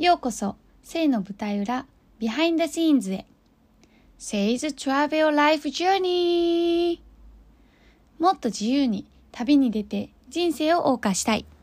ようこそ性の舞台裏ビハインドシーンズへ。Say's Travel Life Journey。もっと自由に旅に出て人生を謳歌したい。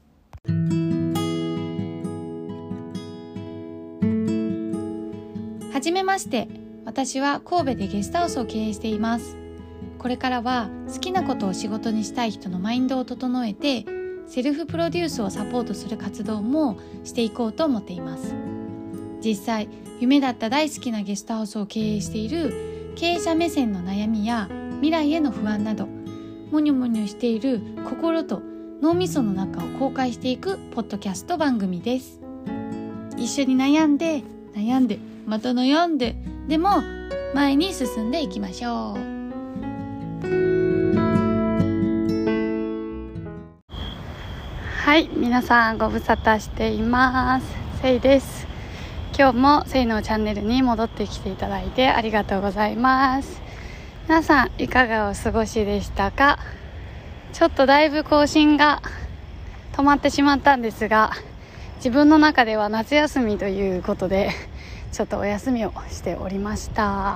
はじめまして。私は神戸でゲストハウスを経営しています。これからは好きなことを仕事にしたい人のマインドを整えて、セルフプロデュースをサポートする活動もしていこうと思っています。実際、夢だった大好きなゲストハウスを経営している経営者目線の悩みや未来への不安など、もにょもにょしている心と脳みその中を公開していくポッドキャスト番組です。一緒に悩んでまた悩んで、でも前に進んでいきましょう。はい、皆さんご無沙汰しています。せいです。今日もせいのチャンネルに戻ってきていただいてありがとうございます。皆さんいかがお過ごしでしたか？ちょっとだいぶ更新が止まってしまったんですが、自分の中では夏休みということでちょっとお休みをしておりました。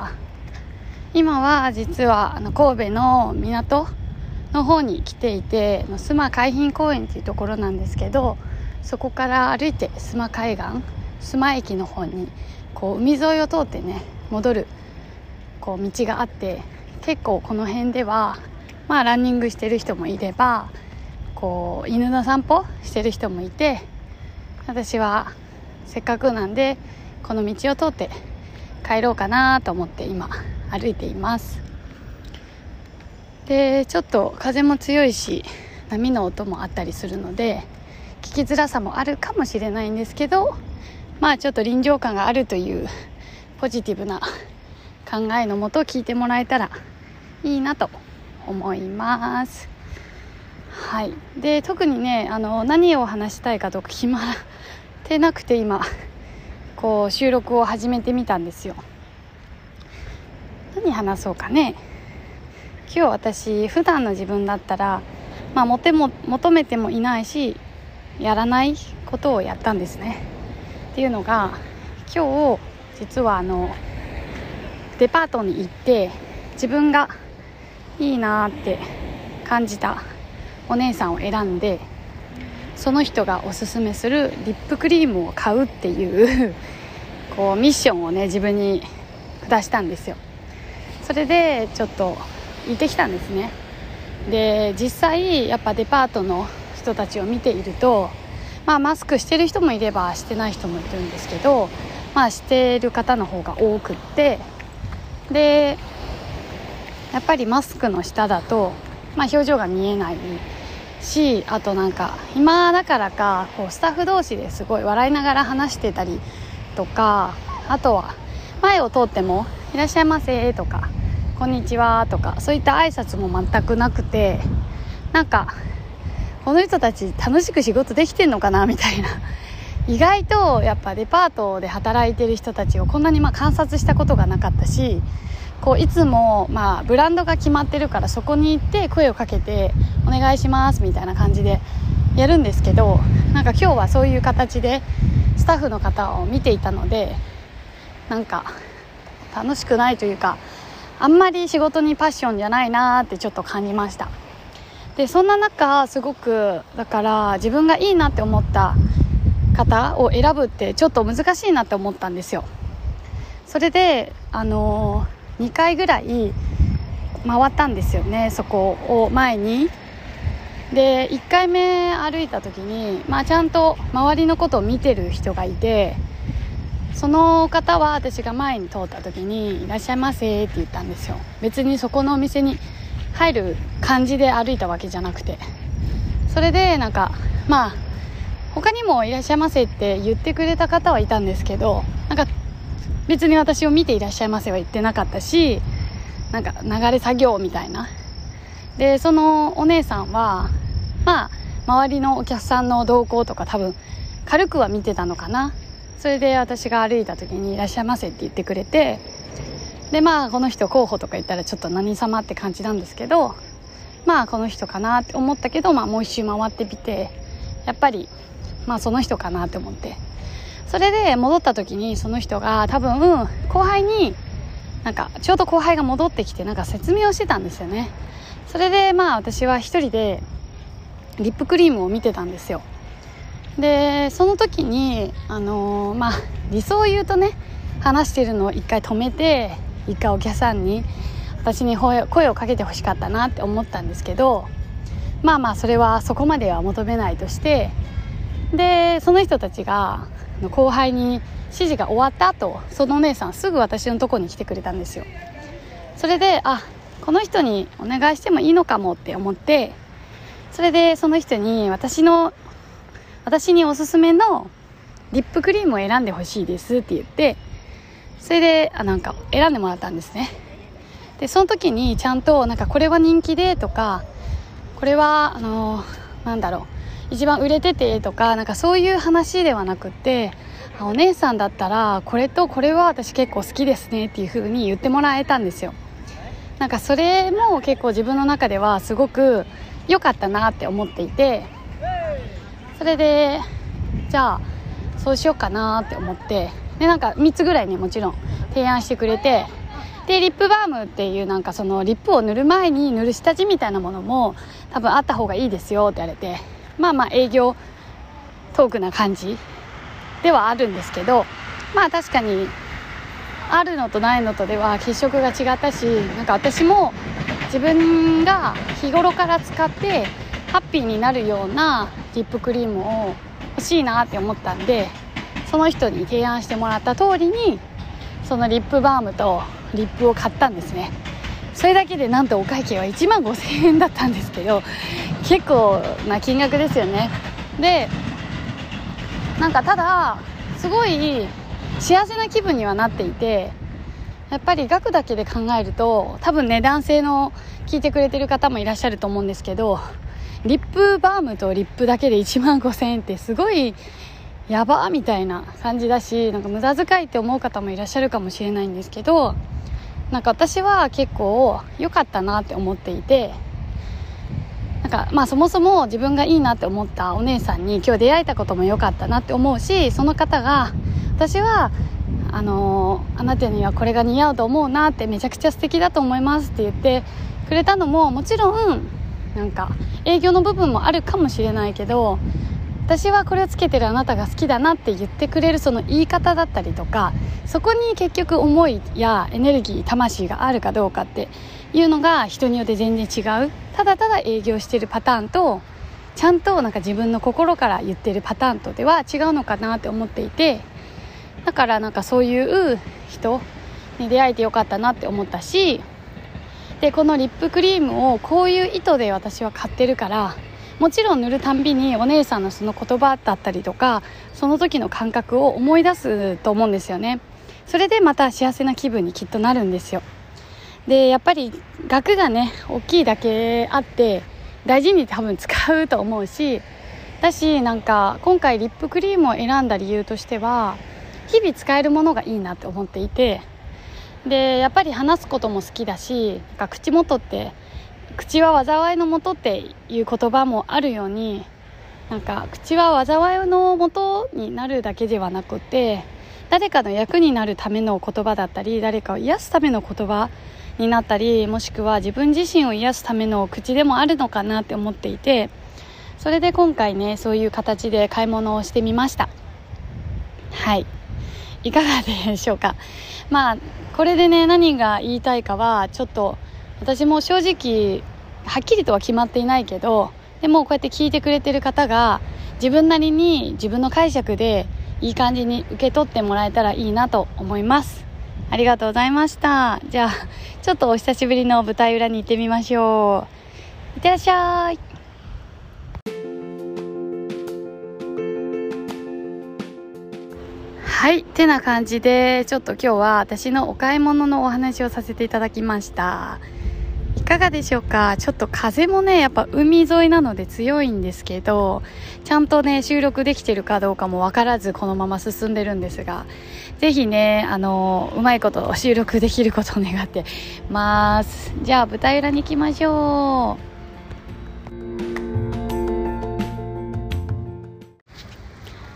今は実は神戸の港の方に来ていて、須磨海浜公園というところなんですけど、そこから歩いて須磨海岸、須磨駅の方に海沿いを通ってね戻る道があって、結構この辺ではランニングしてる人もいれば犬の散歩してる人もいて、私はせっかくなんでこの道を通って帰ろうかなと思って今歩いています。で、ちょっと風も強いし波の音もあったりするので聞きづらさもあるかもしれないんですけど、ちょっと臨場感があるというポジティブな考えのもと聞いてもらえたらいいなと思います。はい。で、特にね何を話したいかとか決まってなくて、今収録を始めてみたんですよ。何話そうかね。今日私普段の自分だったら求めてもいないしやらないことをやったんですね。っていうのが、今日実はデパートに行って自分がいいなって感じたお姉さんを選んで、その人がおすすめするリップクリームを買うっていうミッションをね自分に下したんですよ。それでちょっと行ってきたんですね。で、実際やっぱデパートの人たちを見ていると、マスクしてる人もいればしてない人もいるんですけど、してる方の方が多くって、でやっぱりマスクの下だと、表情が見えないし、あと今だからかスタッフ同士ですごい笑いながら話してたりとか、あとは前を通ってもいらっしゃいませとかこんにちはとか、そういった挨拶も全くなくて、この人たち楽しく仕事できてんのかなみたいな。意外とやっぱデパートで働いてる人たちをこんなに観察したことがなかったし、いつもブランドが決まってるからそこに行って声をかけてお願いしますみたいな感じでやるんですけど、今日はそういう形でスタッフの方を見ていたので、楽しくないというか、あんまり仕事にパッションじゃないなってちょっと感じました。で、そんな中すごくだから自分がいいなって思った方を選ぶってちょっと難しいなって思ったんですよ。それで2回ぐらい回ったんですよね、そこを前に。で、1回目歩いた時にちゃんと周りのことを見てる人がいて、その方は私が前に通った時にいらっしゃいませって言ったんですよ。別にそこのお店に入る感じで歩いたわけじゃなくて、それで他にもいらっしゃいませって言ってくれた方はいたんですけど、別に私を見ていらっしゃいませは言ってなかったし、流れ作業みたいな。で、そのお姉さんは周りのお客さんの動向とか多分軽くは見てたのかな。それで私が歩いた時にいらっしゃいませって言ってくれて、でこの人候補とか言ったらちょっと何様って感じなんですけど、この人かなって思ったけど、もう一周回ってみてやっぱりその人かなって思って、 それで戻った時にその人が多分後輩にちょうど後輩が戻ってきて説明をしてたんですよね。それで私は一人でリップクリームを見てたんですよ。でその時に理想を言うとね、話してるのを一回止めて、一回お客さんに私に声をかけてほしかったなって思ったんですけど、それはそこまでは求めないとして、でその人たちが後輩に指示が終わった後、そのお姉さんすぐ私のとこに来てくれたんですよ。それでこの人にお願いしてもいいのかもって思って、それでその人に私におすすめのリップクリームを選んでほしいですって言って、それで選んでもらったんですね。でその時にちゃんとこれは人気でとか、これは一番売れててとか、そういう話ではなくて、お姉さんだったらこれとこれは私結構好きですねっていう風に言ってもらえたんですよ。それも結構自分の中ではすごく良かったなって思っていて、それでじゃあそうしようかなって思って、で3つぐらいにもちろん提案してくれて、でリップバームっていうそのリップを塗る前に塗る下地みたいなものも多分あった方がいいですよって言われて、営業トークな感じではあるんですけど、確かにあるのとないのとでは血色が違ったし、私も自分が日頃から使ってハッピーになるようなリップクリームを欲しいなって思ったんで、その人に提案してもらった通りにそのリップバームとリップを買ったんですね。それだけでなんとお会計は15,000円だったんですけど、結構な金額ですよね。でただすごい幸せな気分にはなっていて、やっぱり額だけで考えると多分男性の聞いてくれてる方もいらっしゃると思うんですけど、リップバームとリップだけで15,000円ってすごいやばみたいな感じだし、無駄遣いって思う方もいらっしゃるかもしれないんですけど、私は結構良かったなって思っていて、そもそも自分がいいなって思ったお姉さんに今日出会えたことも良かったなって思うし、その方が私はあなたにはこれが似合うと思うなって、めちゃくちゃ素敵だと思いますって言ってくれたのも、もちろん営業の部分もあるかもしれないけど、私はこれをつけてるあなたが好きだなって言ってくれるその言い方だったりとか、そこに結局思いやエネルギー、魂があるかどうかっていうのが人によって全然違う。ただただ営業してるパターンと、ちゃんと自分の心から言ってるパターンとでは違うのかなって思っていて、だからそういう人に出会えてよかったなって思ったし、でこのリップクリームをこういう意図で私は買ってるから、もちろん塗るたんびにお姉さんのその言葉だったりとか、その時の感覚を思い出すと思うんですよね。それでまた幸せな気分にきっとなるんですよ。でやっぱり額がね大きいだけあって大事に多分使うと思うし、だし今回リップクリームを選んだ理由としては、日々使えるものがいいなって思っていて、でやっぱり話すことも好きだし、口元って口は災いの元っていう言葉もあるように、口は災いの元になるだけではなくて、誰かの役になるための言葉だったり、誰かを癒すための言葉になったり、もしくは自分自身を癒すための口でもあるのかなって思っていて、それで今回ねそういう形で買い物をしてみました。はい、いかがでしょうか。これでね何が言いたいかはちょっと私も正直はっきりとは決まっていないけど、でもこうやって聞いてくれてる方が自分なりに自分の解釈でいい感じに受け取ってもらえたらいいなと思います。ありがとうございました。じゃあちょっとお久しぶりの舞台裏に行ってみましょう。いってらっしゃい。はい、てな感じでちょっと今日は私のお買い物のお話をさせていただきました。いかがでしょうか。ちょっと風もねやっぱ海沿いなので強いんですけど、ちゃんとね収録できてるかどうかも分からずこのまま進んでるんですが、ぜひねうまいこと収録できることを願ってます。じゃあ舞台裏に行きましょう。は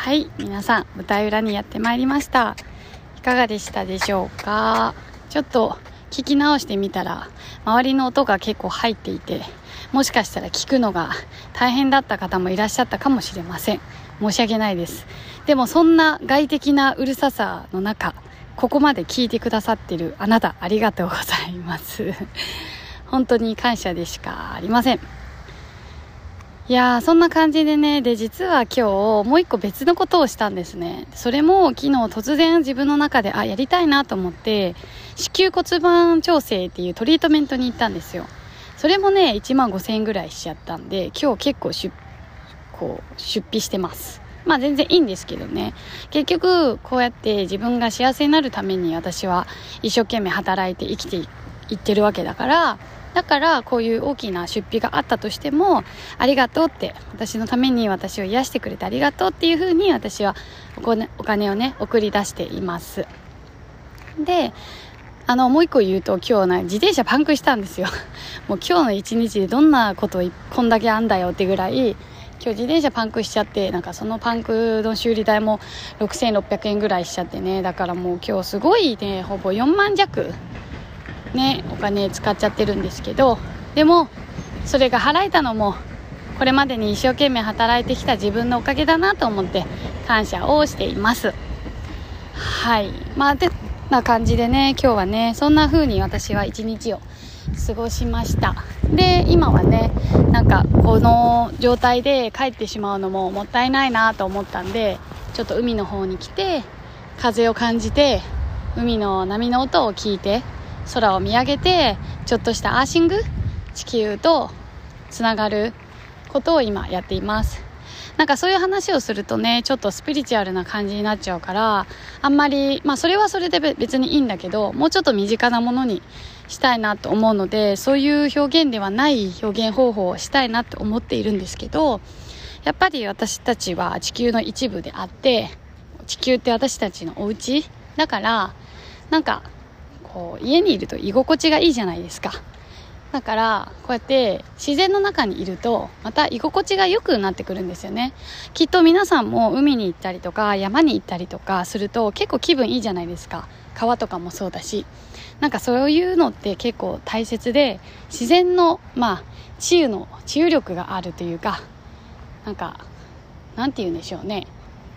はい、皆さん舞台裏にやってまいりました。いかがでしたでしょうか。ちょっと聞き直してみたら周りの音が結構入っていて、もしかしたら聞くのが大変だった方もいらっしゃったかもしれません。申し訳ないです。でもそんな外的なうるささの中、ここまで聞いてくださってるあなた、ありがとうございます本当に感謝でしかありません。いやー、そんな感じでね、で実は今日もう一個別のことをしたんですね。それも昨日突然自分の中でやりたいなと思って、子宮骨盤調整っていうトリートメントに行ったんですよ。それもね15,000円ぐらいしちゃったんで、今日結構出費してます。まあ全然いいんですけどね。結局こうやって自分が幸せになるために私は一生懸命働いて生きていってるわけだから、こういう大きな出費があったとしてもありがとうって、私のために私を癒してくれてありがとうっていう風に私はお金をね送り出しています。でもう一個言うと、今日ね自転車パンクしたんですよもう今日の一日でどんなことこんだけあんだよってぐらい、今日自転車パンクしちゃって、なんかそのパンクの修理代も6600円ぐらいしちゃってね。だからもう今日すごいね、ほぼ4万弱ねお金使っちゃってるんですけど、でもそれが払えたのもこれまでに一生懸命働いてきた自分のおかげだなと思って感謝をしています。はい、まあてな感じでね、今日はねそんな風に私は一日を過ごしました。で今はね、なんかこの状態で帰ってしまうのももったいないなと思ったんで、ちょっと海の方に来て風を感じて、海の波の音を聞いて、空を見上げて、ちょっとしたアーシング、地球とつながることを今やっています。なんかそういう話をするとね、ちょっとスピリチュアルな感じになっちゃうから、あんまりそれはそれで別にいいんだけど、もうちょっと身近なものにしたいなと思うので、そういう表現ではない表現方法をしたいなと思っているんですけど、やっぱり私たちは地球の一部であって、地球って私たちのお家だから、なんかこう家にいると居心地がいいじゃないですか。だからこうやって自然の中にいるとまた居心地が良くなってくるんですよね。きっと皆さんも海に行ったりとか山に行ったりとかすると結構気分いいじゃないですか。川とかもそうだし、なんかそういうのって結構大切で、自然の治癒力があるというか、なんて言うんでしょうね、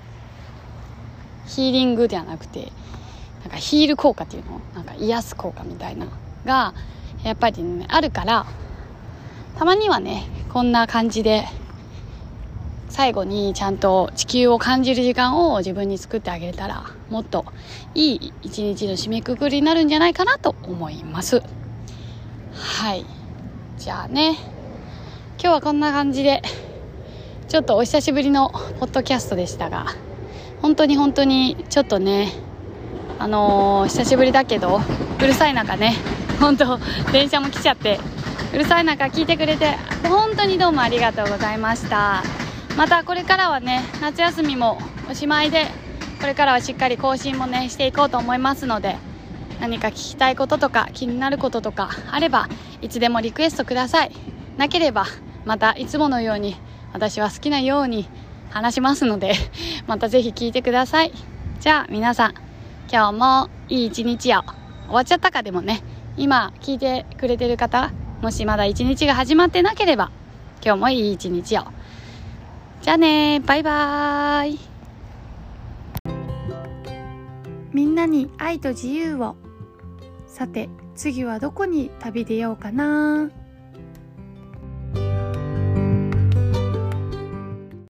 ヒーリングではなくて、なんかヒール効果っていうの、なんか癒す効果みたいながやっぱりねあるから、たまにはねこんな感じで最後にちゃんと地球を感じる時間を自分に作ってあげたら、もっといい一日の締めくくりになるんじゃないかなと思います。はい、じゃあね、今日はこんな感じでちょっとお久しぶりのポッドキャストでしたが、本当にちょっとね久しぶりだけどうるさい中ね、本当電車も来ちゃってうるさい中聞いてくれて本当にどうもありがとうございました。またこれからはね、夏休みもおしまいで、これからはしっかり更新もねしていこうと思いますので、何か聞きたいこととか気になることとかあればいつでもリクエストください。なければまたいつものように私は好きなように話しますのでまたぜひ聞いてください。じゃあ皆さん、今日もいい一日を。終わっちゃったかでもね、今聞いてくれてる方、もしまだ一日が始まってなければ今日もいい一日を。じゃあね、バイバーイ。みんなに愛と自由を。さて次はどこに旅出ようかな。